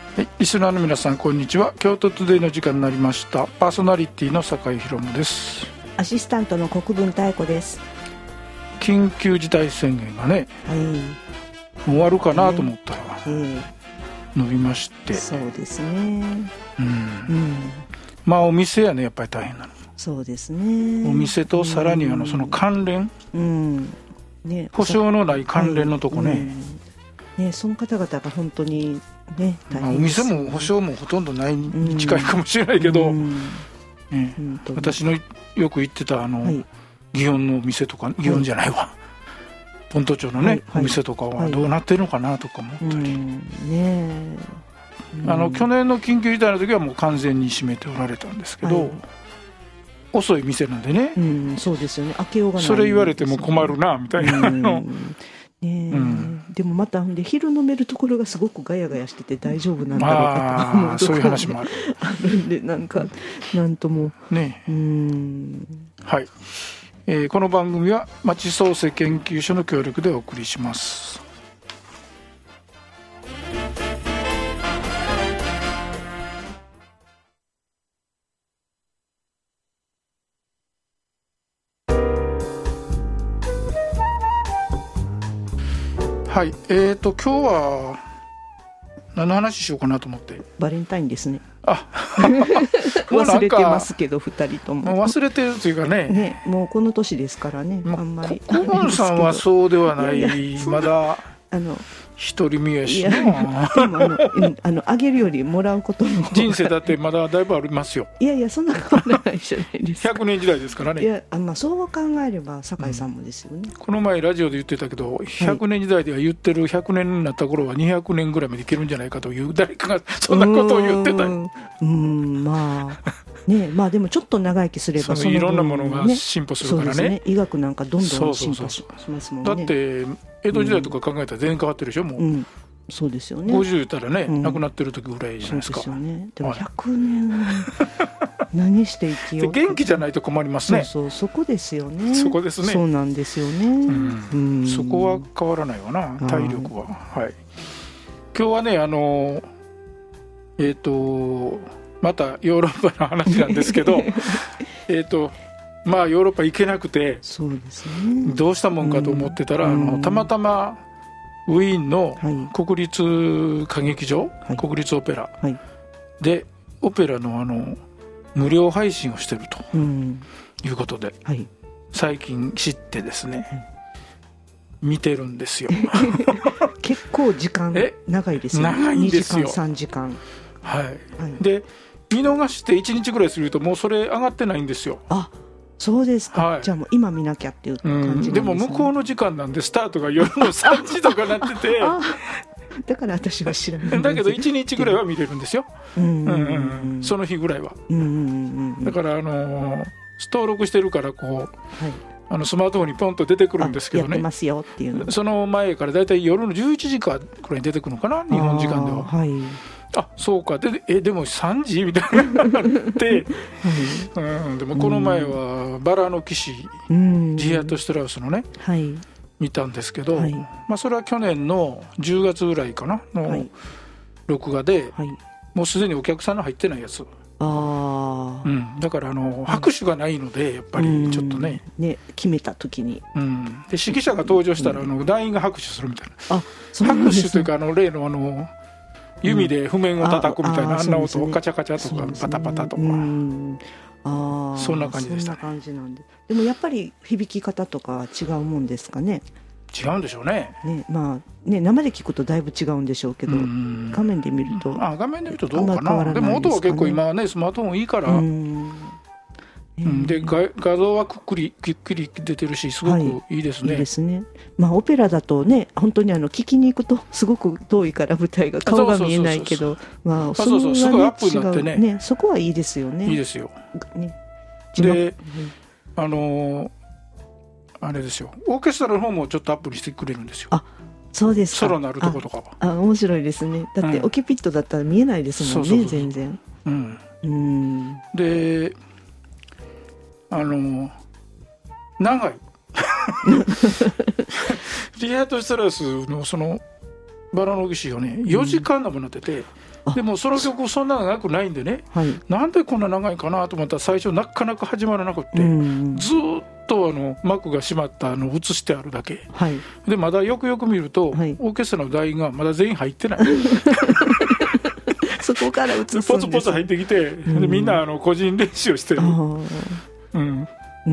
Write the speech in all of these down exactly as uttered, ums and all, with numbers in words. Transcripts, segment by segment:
はい、リスナーの皆さんこんにちは。京都トゥデイの時間になりました。パーソナリティの酒井宏夢です。 アシスタントの国分太子です。 緊急事態宣言がね、はい、もう終わるかなと思ったら、えー、伸びまして、 そうですね、 うんうん、まあお店やねやっぱり大変なの。 そうですね、 お店とさらにあのその関連、うんね、保証のない関連のとこね、はいうんね、その方々が本当にね大変です。 まあ、お店も保証もほとんどないに近いかもしれないけど、うんね、私のよく行ってたあの、はい、祇園のお店とか祇園じゃないわ、はい、本島町のね、はいはい、お店とかはどうなってるのかなとか思ったり、はいうんねうん、あの去年の緊急事態の時はもう完全に閉めておられたんですけど、はい、遅い店なんでね、 うん、そうですよね、開けようがない、 それ言われても困るなみたいなの、うんねうん、でもまたで昼飲めるところがすごくガヤガヤしてて大丈夫なんだろうかと思うところ、ね、そういう話もあるあるんでなんかなんともねうんはい、えー、この番組は町創生研究所の協力でお送りします。はい、えーと今日は何の話しようかなと思って。 バレンタインですね。 あ忘れてますけどふたりとも。 もう忘れてるというか ね, ねもうこの年ですからね、あんまり。 ココンさんはそうではない。いやいやまだあの一人身やしな。 いやでもあのあのあげるよりもらうことの人生だってまだだいぶありますよ。 いやいやそんな変わらないじゃないですか。 ひゃくねん時代ですからね。 いやあ、まあ、そう考えれば酒井さんもですよね、うん、 この前ラジオで言ってたけどひゃくねん時代では言ってるひゃくねんになった頃はにひゃくねんぐらいまでいけるんじゃないかという誰かがそんなことを言ってた。うーんまあねまあでもちょっと長生きすればそのいろんなものが進歩するから ね, そうですね、医学なんかどんどん進歩しますもんね。 だって江戸時代とか考えたら全然変わってるでしょもう、うんそうですよね、 ごじゅう言ったらね、うん、亡くなってる時ぐらいじゃないですか。 そうですよね。でもひゃくねん何して生きよう元気じゃないと困りますね。 そうそうそこですよね。 そこですね。 そうなんですよね、うんうん、そこは変わらないわな体力は。はい、今日はねあのえっ、ー、とまたヨーロッパの話なんですけどえっとまあヨーロッパ行けなくてそうですねどうしたもんかと思ってたら、うん、あのたまたまウィーンの国立歌劇場、はい、国立オペラ、はい、でオペラ の, あの無料配信をしてると、うん、いうことで、はい、最近知ってですね、うん、見てるんですよ結構時間長いですよね。 長いんですよ。 にじかんさんじかん、 はいはい、で見逃していちにちぐらいするともうそれ上がってないんですよ。 あそうですか、はい、じゃあもう今見なきゃっていう感じなんですね、うん、 でも向こうの時間なんでスタートが夜のさんじとかなっててだから私は知らないだけどいちにちぐらいは見れるんですよ、うんうんうん、その日ぐらいは、うんうんうん、だからあのー、登録してるからこう、はい、あのスマートフォンにポンと出てくるんですけどね、 やってますよっていうのその前からだいたい夜のじゅういちじかくらいに出てくるのかな日本時間では。はい、あそうか で, えでもさんじみたいなのがあって、はいうん、でもこの前はバラの騎士、うん、ジアート・シュトラウスのね、はい、見たんですけど、はいまあ、それは去年のじゅうがつぐらいかなの録画で、はい、もうすでにお客さんの入ってないやつ。あ、うん、だからあの拍手がないのでやっぱりちょっと ね,、 うん、ね決めた時に、 うん、で指揮者が登場したらあの団員が拍手するみたいな、あそうなんですね、拍手というかあの例のあの弓で譜面を叩くみたいな、うん、あ, あんな音、ね、カチャカチャとか、ね、パタパタとか、うん、あそんな感じでしたね。 そんな感じなんで、でもやっぱり響き方とか違うもんですかね。 違うんでしょう ね, ね, まあ、ね生で聞くとだいぶ違うんでしょうけど、画面で見ると、 あ画面で見るとどうか な, な、ね、でも音は結構今ねスマートフォンいいから、うんうん、で画像はくっくりくっくり出てるしすごくいいですね、はい、いいですね。 まあオペラだとね本当にあの聞きに行くとすごく遠いから舞台が顔が見えないけど、まあそこがねすごいアップになって ね, ねそこはいいですよね。 いいですよ、ね、で、うん、あのーあれですよオーケストラの方もちょっとアップにしてくれるんですよ。あそうですか。 ソロなるとことかはあ, あ面白いですね。だってオケピットだったら見えないですもんね、うん、全然、うん、 うんであの長いリハート・ストラウスのそのバラの騎士をねよじかんのもなってて、うん、でもその曲そんな長くないんでね、はい、なんでこんな長いかなと思ったら最初なかなか始まらなくって、うん、ずっとあの幕が閉まったのを映してあるだけ、はい、でまだよくよく見ると、はい、オーケストラの団員がまだ全員入ってないそこから映すんです。 ポツポツ入ってきて、うん、でみんなあの個人練習をしてる、うんうん、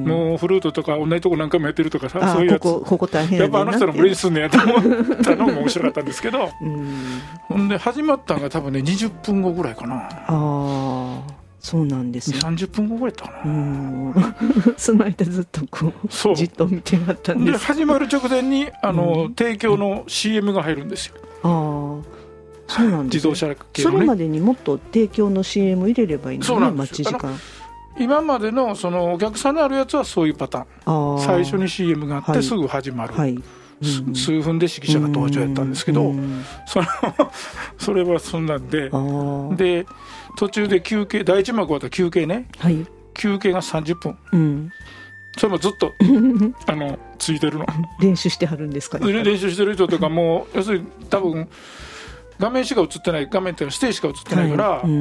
もうフルートとか同じとこ何回もやってるとかさ、そういうやつここここ大変ややっぱあの人らも練習すんねやと思ったのも面白かったんですけど、うん、ほんで始まったのが多分ねにじゅっぷんごぐらいかな。 あそうなんですね。 さんじゅっぷんごぐらいだったかな。 うんその間ずっとこうじっと見てはったんです。 で始まる直前にあの、うん、提供の シーエム が入るんですよ。 あそうなんです、ね、 自動車系のね。 それまでにもっと提供の シーエム 入れればいいのね、待ち時間。 今まで の, そのお客さんのあるやつはそういうパターン、最初に シーエム があってすぐ始まる、はいはいうん、数分で指揮者が登場やったんですけど、うん、そ, のそれはそんなんで、で途中で休憩、第一幕終わったら休憩ね、はい、休憩がさんじゅっぷん、うん、それもずっとあのついてるの。 練習してはるんですかね。 練習してる人とかも要するに多分画面しか映ってない、画面っていうのはステージしか映ってないから、はいうん、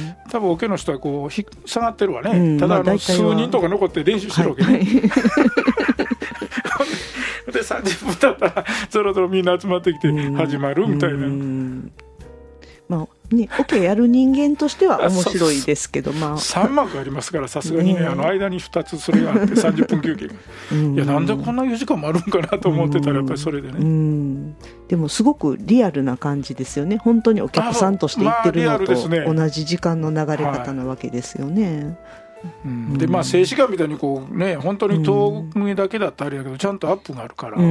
多分オケの人はこうひ下がってるわね、うん、ただあの、まあ、数人とか残って練習してるわけね、はいはい、でさんじゅっぷん経ったらぞろぞろみんな集まってきて始まるみたいな、うんうんまあね、オケやる人間としては面白いですけど、まあ、 さん幕ありますからさすがにね、あの間にふたつそれがあってさんじゅっぷん休憩がいやなんでこんなよじかんもあるんかなと思ってたらやっぱりそれでね、うん、 でもすごくリアルな感じですよね。本当にお客さんとして行ってるのと同じ時間の流れ方なわけですよね。 うん、でまあ静止画みたいにこうね本当に遠目だけだったらあれだけどちゃんとアップがあるから、うん、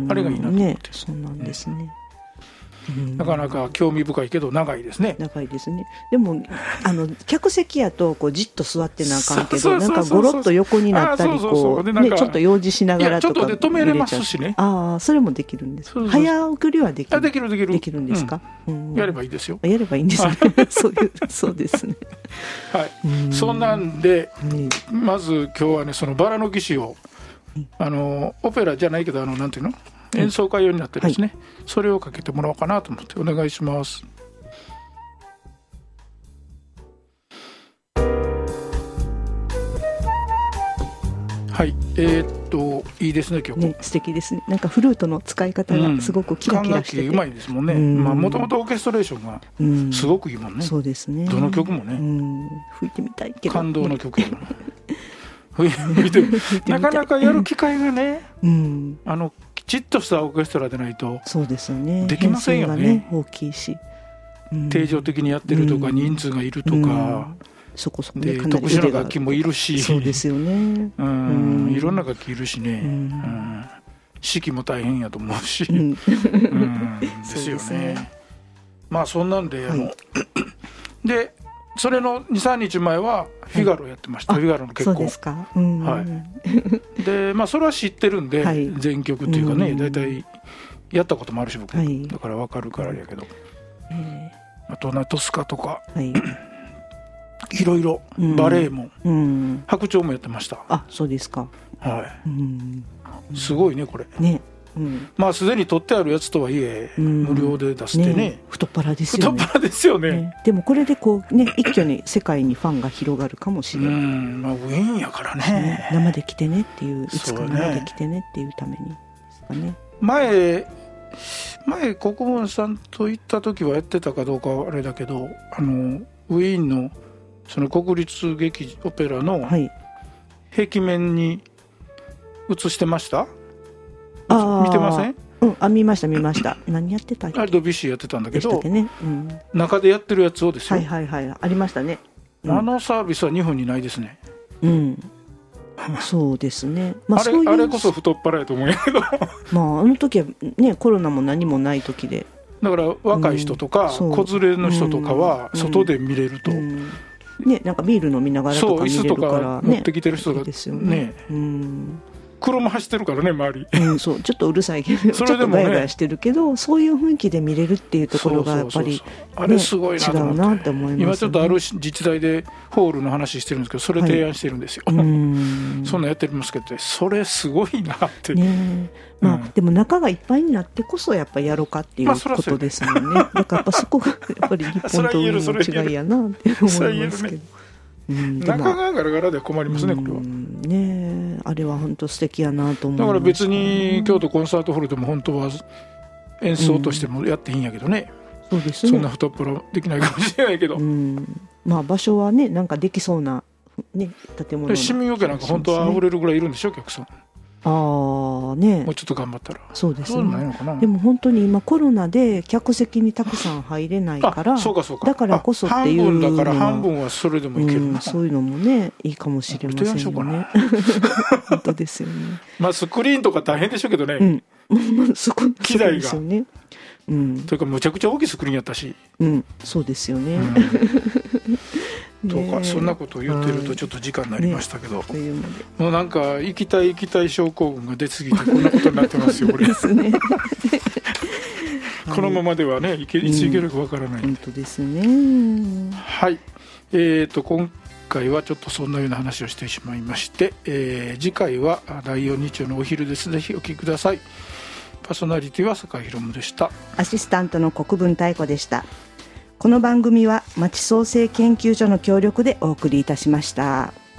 あれがいいなと思って、ね、 そうなんですね。 なかなか興味深いけど長いですね。 長いですね。でもあの客席やとこうじっと座ってなあかんけどなんかゴロッと横になったりこうねちょっと用事しながらとかちょっとで止めれますしね。 ああそれもできるんです。そうそうそう早送りはできる。 あできるできるできるんですか、 うんうん、やればいいですよ。 やればいいんですねそういうそうですねはいそんなんで、うん、まず今日はねそのバラの騎士をあのオペラじゃないけどあのなんていうの演奏会用になってですね、はい、それをかけてもらおうかなと思ってお願いします。はいえー、っといいですね曲、 ね、素敵ですね。なんかフルートの使い方がすごくキラキラしてて、 うん、管楽器うまいですもんね。もともとオーケストレーションがすごくいいもんね、うん、 そうですね。 どの曲もね、うん、 吹いてみたいけど感動の曲やもん吹いてなかなかやる機会がね、うん、あのきちっとしたオーケストラでないとそうですよね。 できませんよ ね, ね大きいし、 うん、定常的にやってるとか、うん、人数がいるとか、うん、 そこそこ、 ね、で特殊な楽器もいるしそうですよね、 うん、うん、いろんな楽器いるしね、うんうん、指揮も大変やと思うし、うんうん、ですよね。まあそんなんで、はい、あのでそれの にさんにちまえはフィガロやってました、はい、フィガロの結婚。 そうですか、うん、 はいでまあ、それは知ってるんで、はい、全曲っていうかね、うん、だいたいやったこともあるし僕、はい、だから分かるからやけど、えー、あとナトスカとか、はい、いろいろバレエも、うん、白鳥もやってました。 あそうですか、 はい、うん、すごいねこれね、うん、 まあすでに取ってあるやつとはいえ、うん、無料で出してね、ね太っ腹ですよね。 太っ腹ですよ ね, ねでもこれでこうね一挙に世界にファンが広がるかもしれない。うん、 まあ、ウィーンやから ね, ね生で来てねっていういつか生で来てねっていうためにですかね。 前前国分さんと行った時はやってたかどうかはあれだけどあのウィーンのその国立劇オペラの壁面に映してました、はい、見てません？ うん、あ見ました見ました。何やってたっけ？ あれドビュッシーやってたんだけど、 ねうん、 中でやってるやつをですよ。 はいはいはいありましたね、 うん、あのサービスは日本にないですね。 うんそうですね、まあ、 あれそういうあれこそ太っ腹やと思うんやけどまああの時はねコロナも何もない時でだから若い人とか、うん、子連れの人とかは外で見れると、うんうんね、なんかビール飲みながらとか見れるから、ね、 そう椅子とか持ってきてる人がですよね、 ね、うん車走ってるからね周り、 うん、そうちょっとうるさいけど、それでもね、ちょっとガヤガヤしてるけどそういう雰囲気で見れるっていうところがやっぱり、ね、 あれすごいなと思って、 違うなって思います、ね、 今ちょっとある自治体でホールの話してるんですけどそれ提案してるんですよ、はい、うんそんなやってますけどそれすごいなって、ねまあうん、でも中がいっぱいになってこそやっぱりやろうかっていうことですもんね、まあ、だからやっぱそこがやっぱり日本と海の違いやなって思いますけどうん、中がガラガラで困りますね、これは。 ねあれは本当素敵やなと思います。 だから別に京都コンサートホールでも本当は演奏としてもやっていいんやけどね、うん、そうですね、そんな太っ腹できないかもしれないけど、うん、 まあ場所はねなんかできそうな、ね、建物市民受けなんか本当は溢れるぐらいいるんでしょ、お客さん。 あね、 もうちょっと頑張ったらそうですね。 そうないのかな。 でも本当に今コロナで客席にたくさん入れないからそうかそうか、 だからこそっていう半分だから半分はそれでもいけるな、うん、 そういうのもねいいかもしれませんよね。本当ですよね。 まあスクリーンとか大変でしょうけどね、 うん、そこ機材がですよね、うん、 というかむちゃくちゃ大きいスクリーンやったし、 うん、そうですよね、 うん、とかそんなことを言ってるとちょっと時間になりましたけど、はいね、もうなんか行きたい行きたい症候群が出過ぎてこんなことになってますよこれですねこのままではねい, けいつ行けるかわからない、 うん、本当ですね。 はい、えーと今回はちょっとそんなような話をしてしまいまして、えー、次回はだいよん日曜のお昼です。ぜひお聞きください。パーソナリティは坂井宏夢でした。 アシスタントの国分太子でした。この番組は町創生研究所の協力でお送りいたしました。